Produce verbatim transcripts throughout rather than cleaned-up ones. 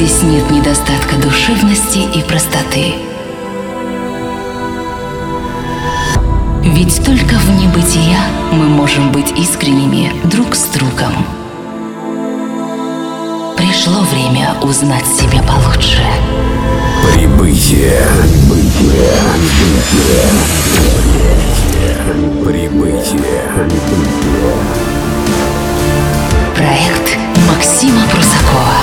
здесь нет недостатка душевности и простоты. Ведь только в небытия мы можем быть искренними друг с другом. Пришло время узнать себя получше. Прибытие. Прибытие. Прибытие. Проект Максима Прусакова.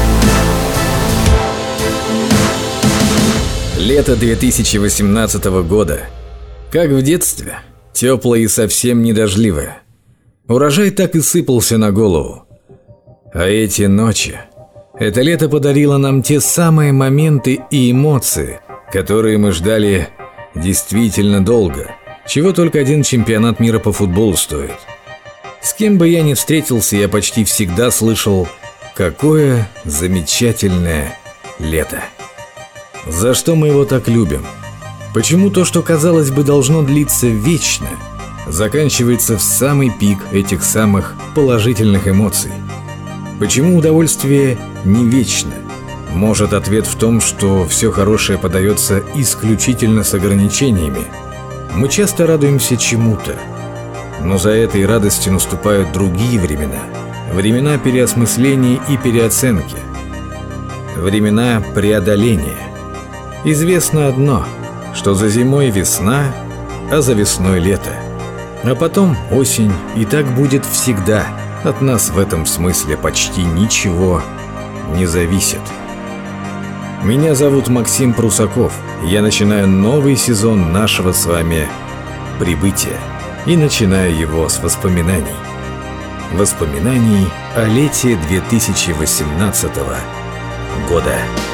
Лето две тысячи восемнадцатого года. Как в детстве, теплое и совсем недождливое. Урожай так и сыпался на голову. А эти ночи, это лето подарило нам те самые моменты и эмоции, которые мы ждали действительно долго, чего только один чемпионат мира по футболу стоит. С кем бы я ни встретился, я почти всегда слышал: какое замечательное лето. За что мы его так любим? Почему то, что, казалось бы, должно длиться вечно, заканчивается в самый пик этих самых положительных эмоций? Почему удовольствие не вечно? Может, ответ в том, что все хорошее подается исключительно с ограничениями. Мы часто радуемся чему-то, но за этой радостью наступают другие времена. Времена переосмысления и переоценки. Времена преодоления. Известно одно, что за зимой весна, а за весной лето. А потом осень, и так будет всегда. От нас в этом смысле почти ничего не зависит. Меня зовут Максим Прусаков. Я начинаю новый сезон нашего с вами «Прибытия». И начинаю его с воспоминаний. Воспоминаний о лете две тысячи восемнадцатого года.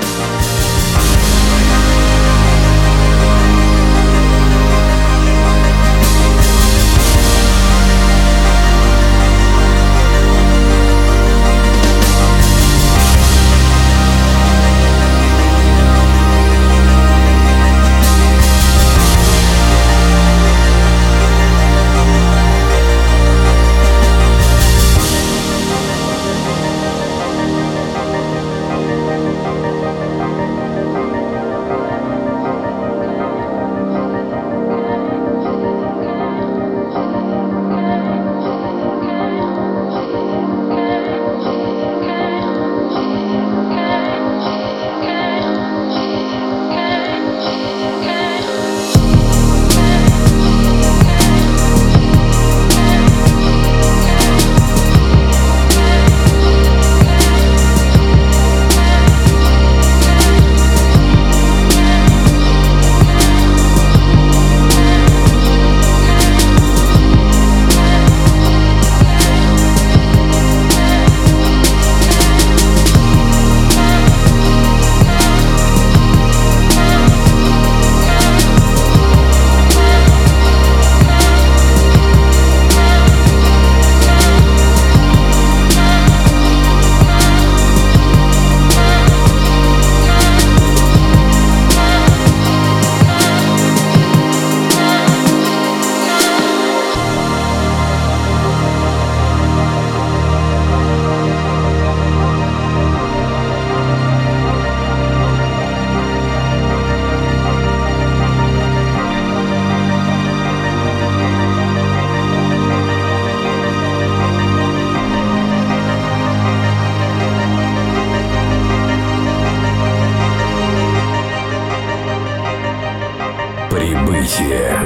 Прибытие.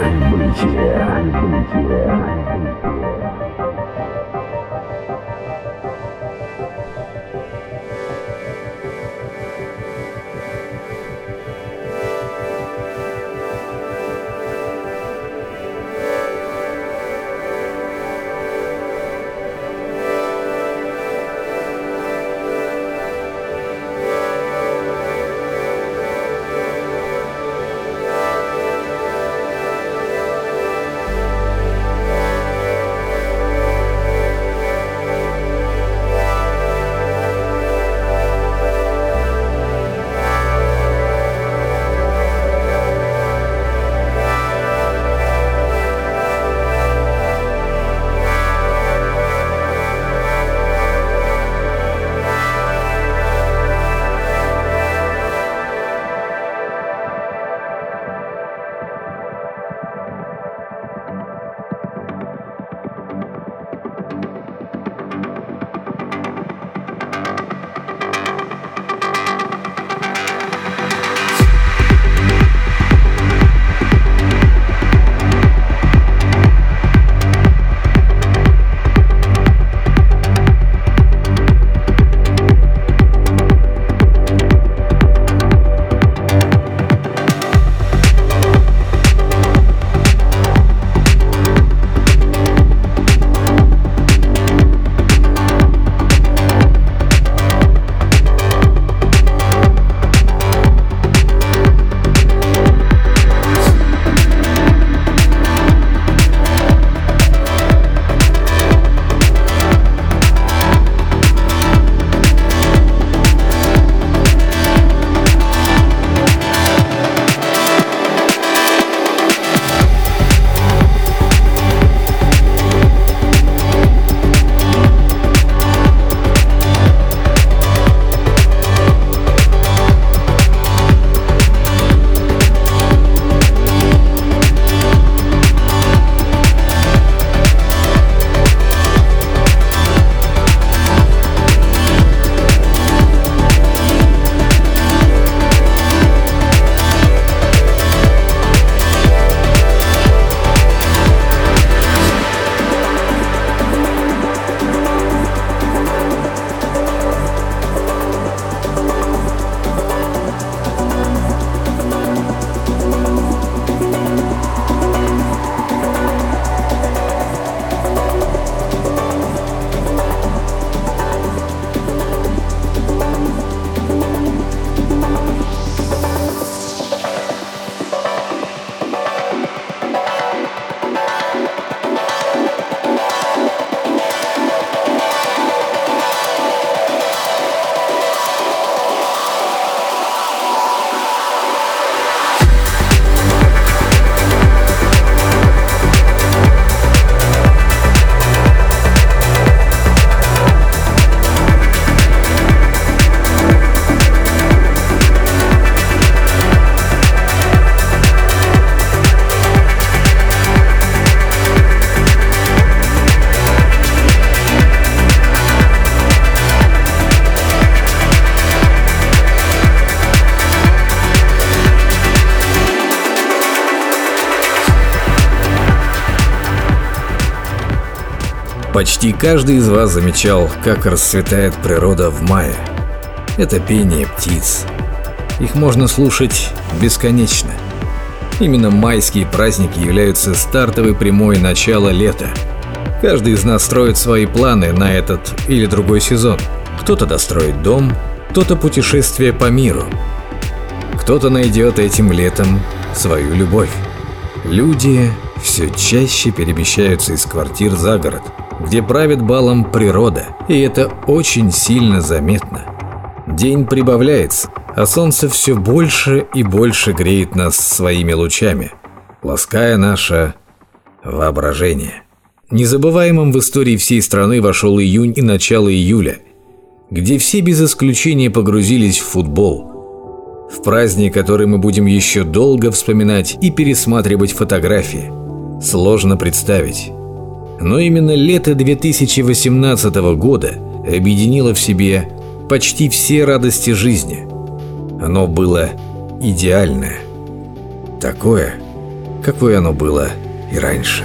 Почти каждый из вас замечал, как расцветает природа в мае. Это пение птиц. Их можно слушать бесконечно. Именно майские праздники являются стартовой прямой начала лета. Каждый из нас строит свои планы на этот или другой сезон. Кто-то достроит дом, кто-то путешествие по миру. Кто-то найдет этим летом свою любовь. Люди все чаще перемещаются из квартир за город, где правит балом природа, и это очень сильно заметно. День прибавляется, а солнце все больше и больше греет нас своими лучами, лаская наше воображение. Незабываемым в истории всей страны вошел июнь и начало июля, где все без исключения погрузились в футбол, в праздник, который мы будем еще долго вспоминать и пересматривать фотографии. Сложно представить. Но именно лето две тысячи восемнадцатого года объединило в себе почти все радости жизни. Оно было идеальное. Такое, какое оно было и раньше.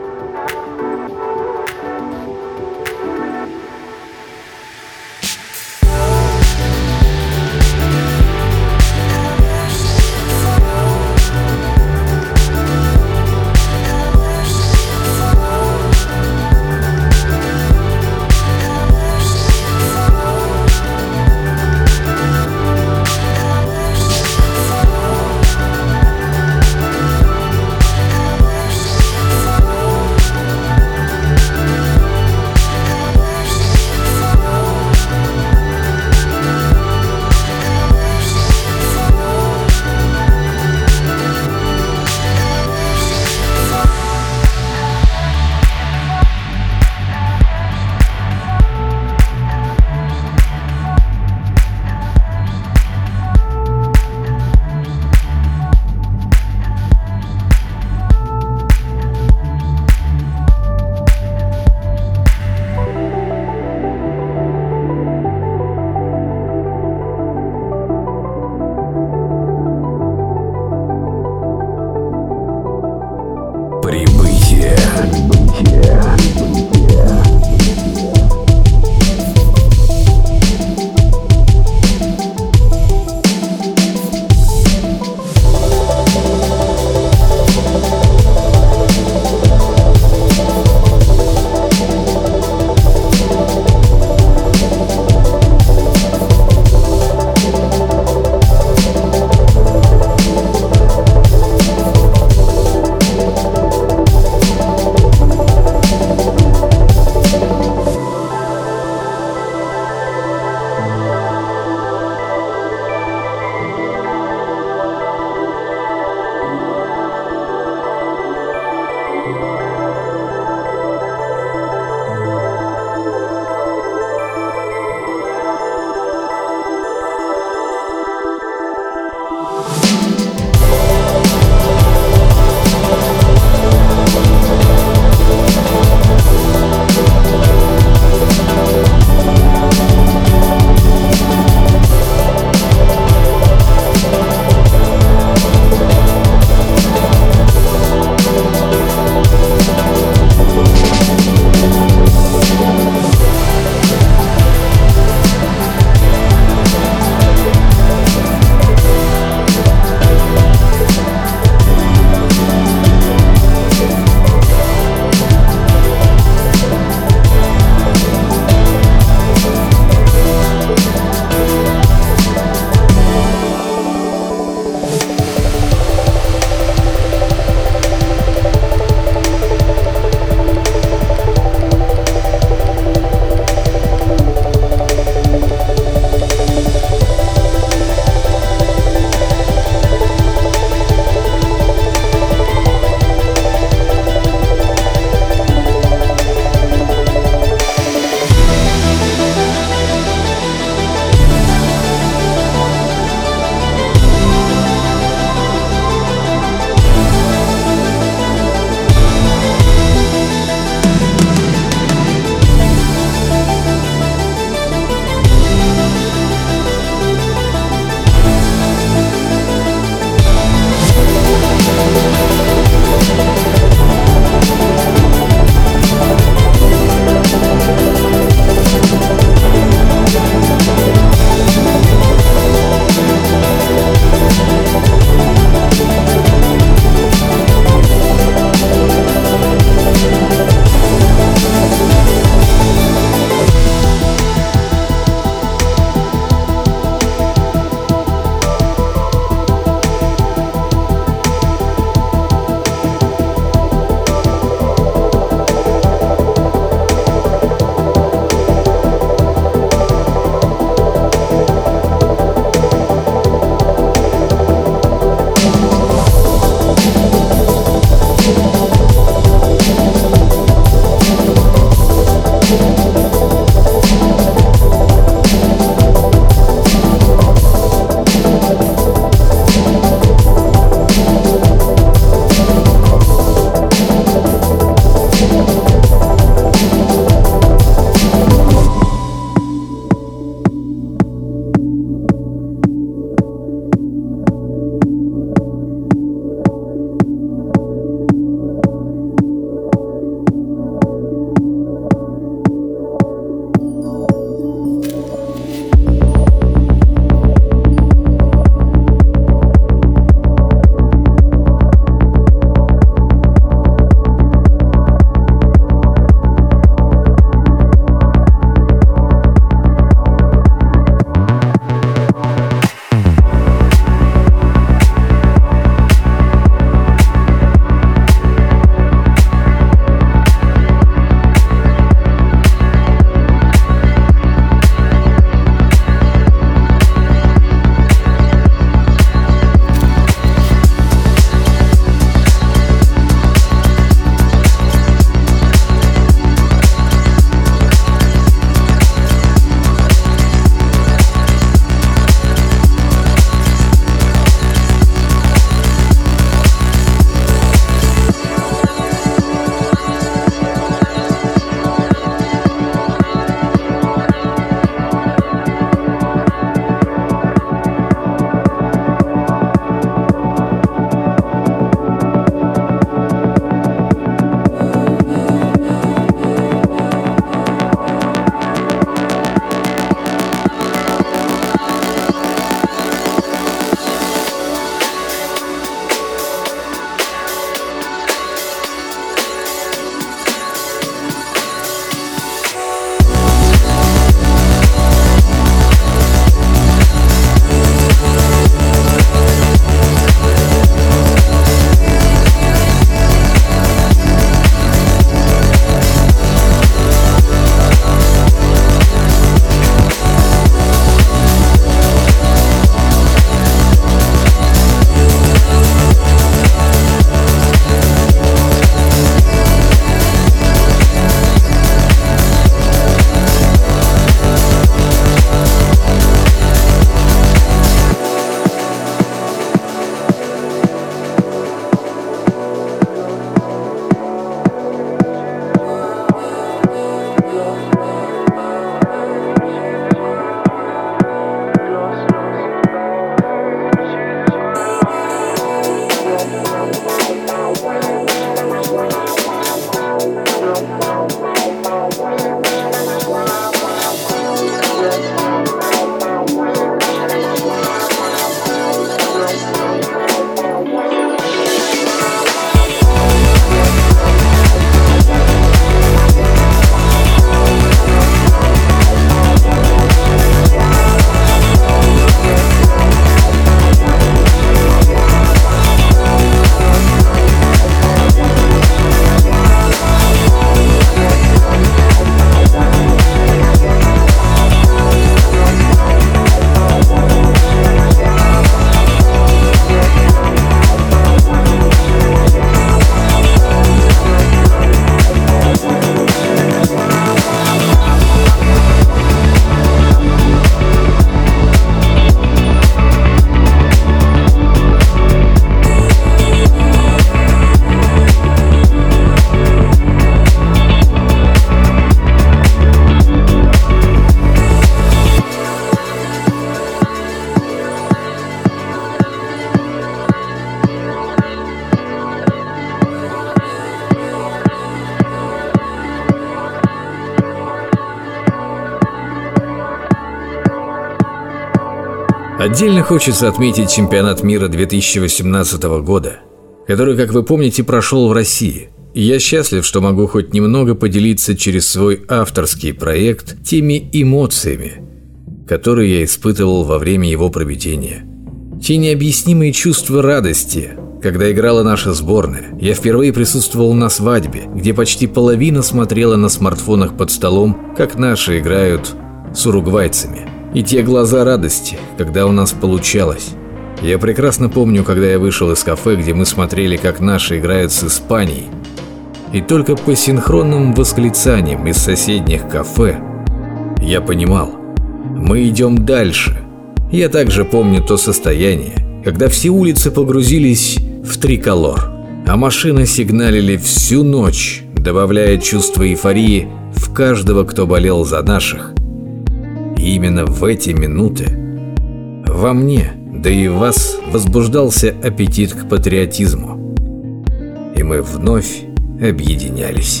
Отдельно хочется отметить чемпионат мира две тысячи восемнадцатого года, который, как вы помните, прошел в России. И я счастлив, что могу хоть немного поделиться через свой авторский проект теми эмоциями, которые я испытывал во время его проведения. Те необъяснимые чувства радости, когда играла наша сборная. Я впервые присутствовал на свадьбе, где почти половина смотрела на смартфонах под столом, как наши играют с уругвайцами. И те глаза радости, когда у нас получалось. Я прекрасно помню, когда я вышел из кафе, где мы смотрели, как наши играют с Испанией. И только по синхронным восклицаниям из соседних кафе я понимал, мы идем дальше. Я также помню то состояние, когда все улицы погрузились в триколор, а машины сигналили всю ночь, добавляя чувство эйфории в каждого, кто болел за наших. И именно в эти минуты во мне, да и в вас, возбуждался аппетит к патриотизму. И мы вновь объединялись.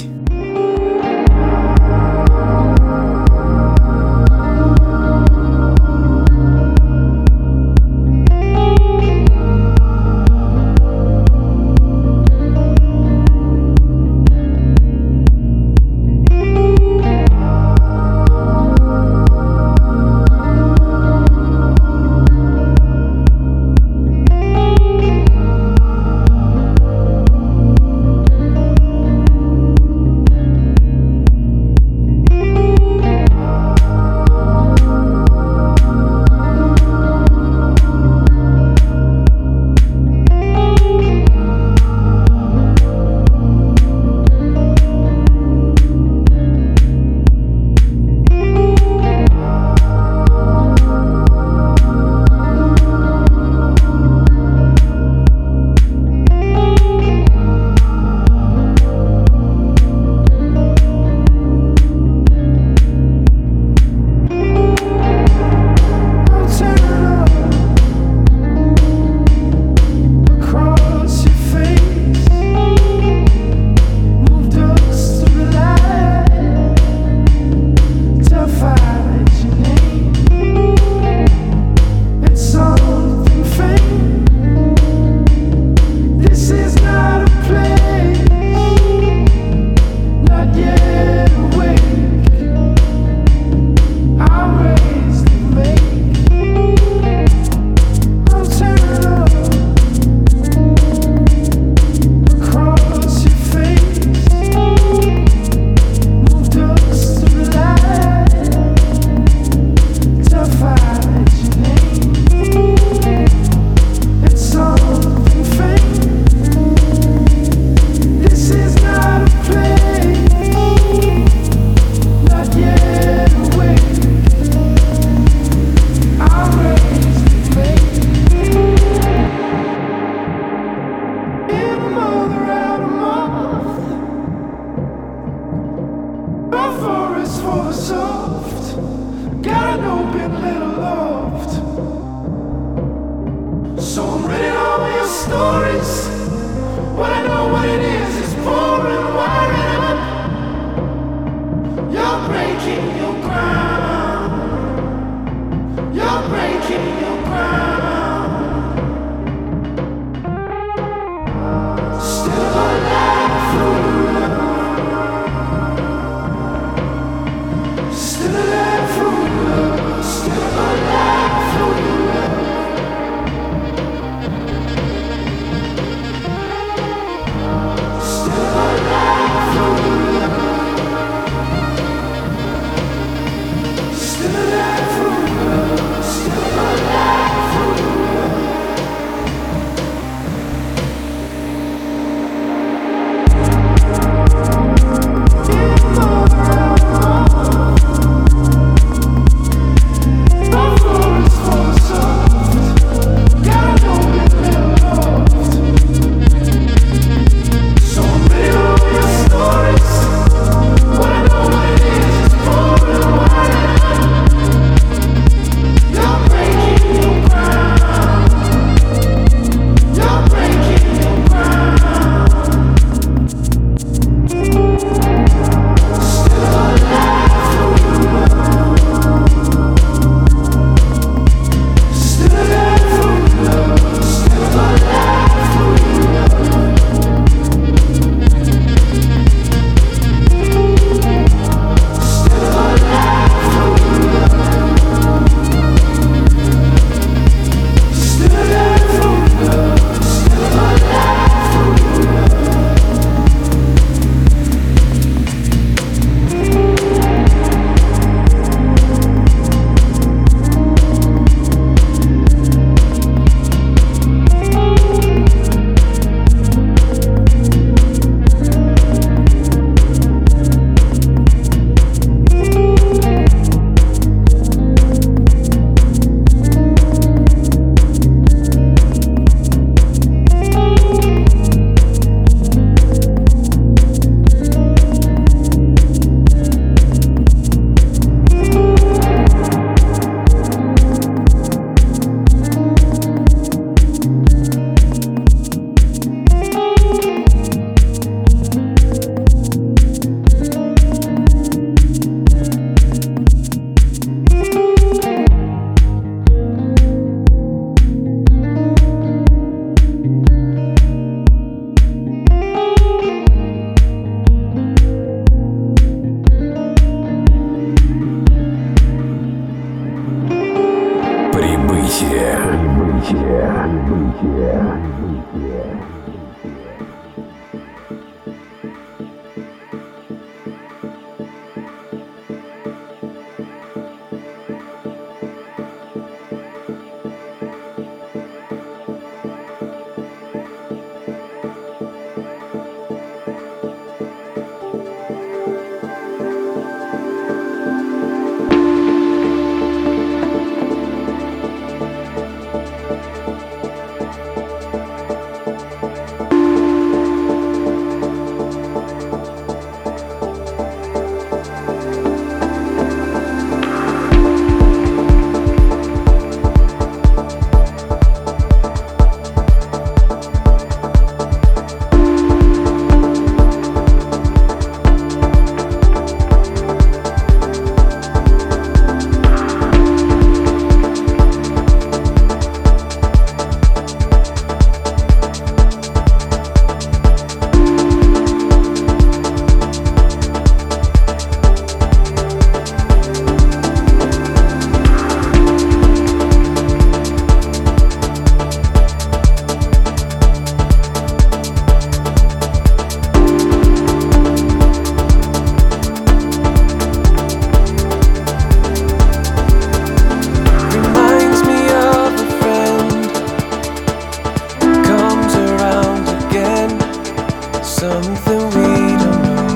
something we don't know,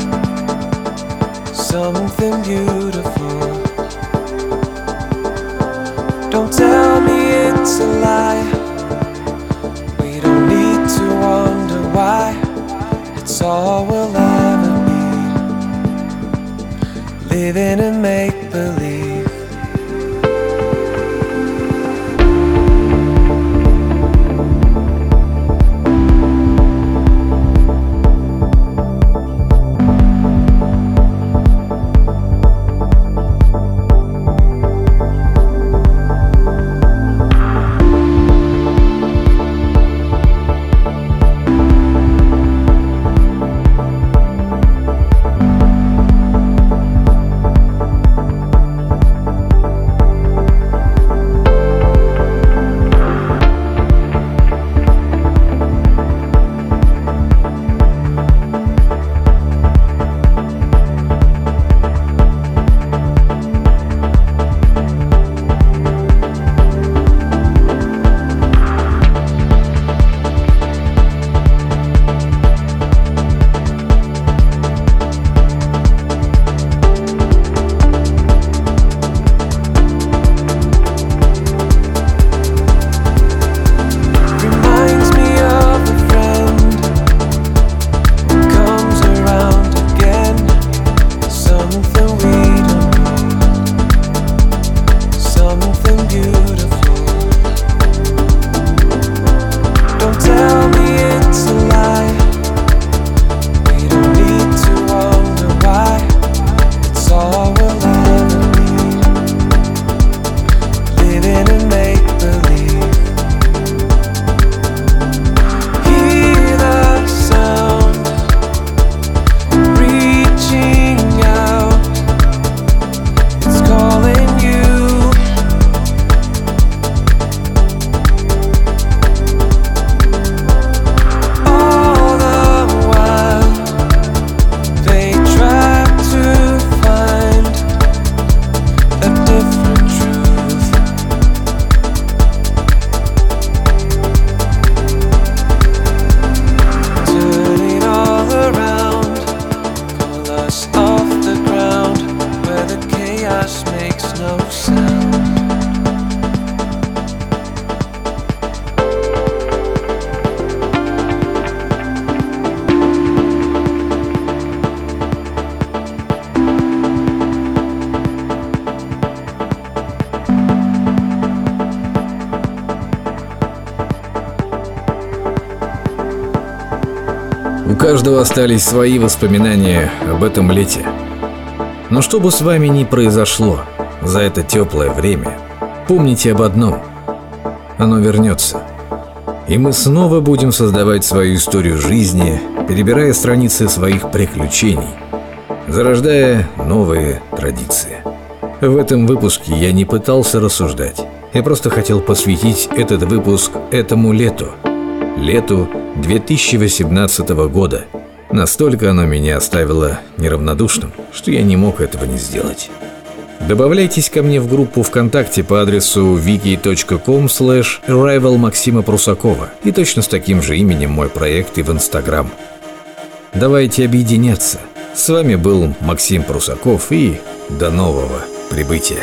something beautiful. Don't tell me it's a lie. We don't need to wonder why. It's all we'll ever be, living in make-believe. У каждого остались свои воспоминания об этом лете. Но что бы с вами ни произошло за это теплое время, помните об одном: оно вернется. И мы снова будем создавать свою историю жизни, перебирая страницы своих приключений, зарождая новые традиции. В этом выпуске я не пытался рассуждать. Я просто хотел посвятить этот выпуск этому лету. Лету две тысячи восемнадцатого года. Настолько оно меня оставило неравнодушным, что я не мог этого не сделать. Добавляйтесь ко мне в группу ВКонтакте по адресу wiki точка com слэш arrival Максима Прусакова и точно с таким же именем мой проект и в Инстаграм. Давайте объединяться. С вами был Максим Прусаков, и до нового прибытия.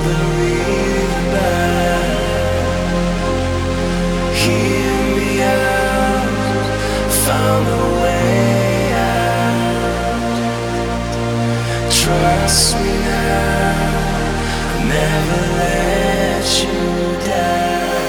believe back. Hear me out, found a way out. Trust me now, I'll never let you down.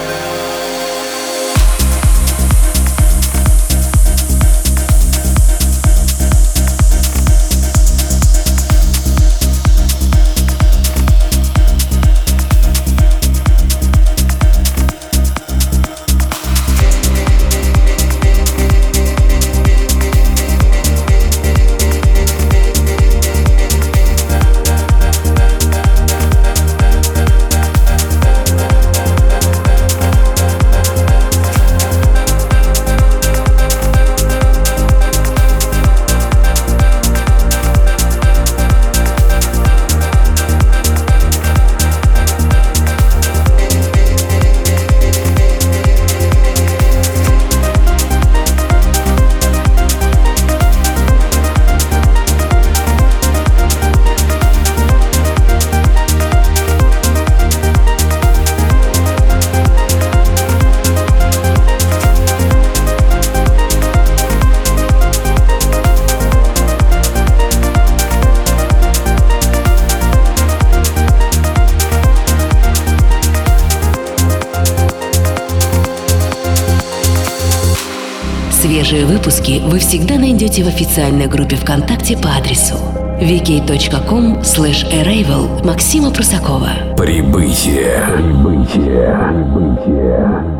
Свежие выпуски вы всегда найдете в официальной группе ВКонтакте по адресу ви кей точка ком слэш эрэйвэл Максима Прусакова. Прибытие. Прибытие. Прибытие.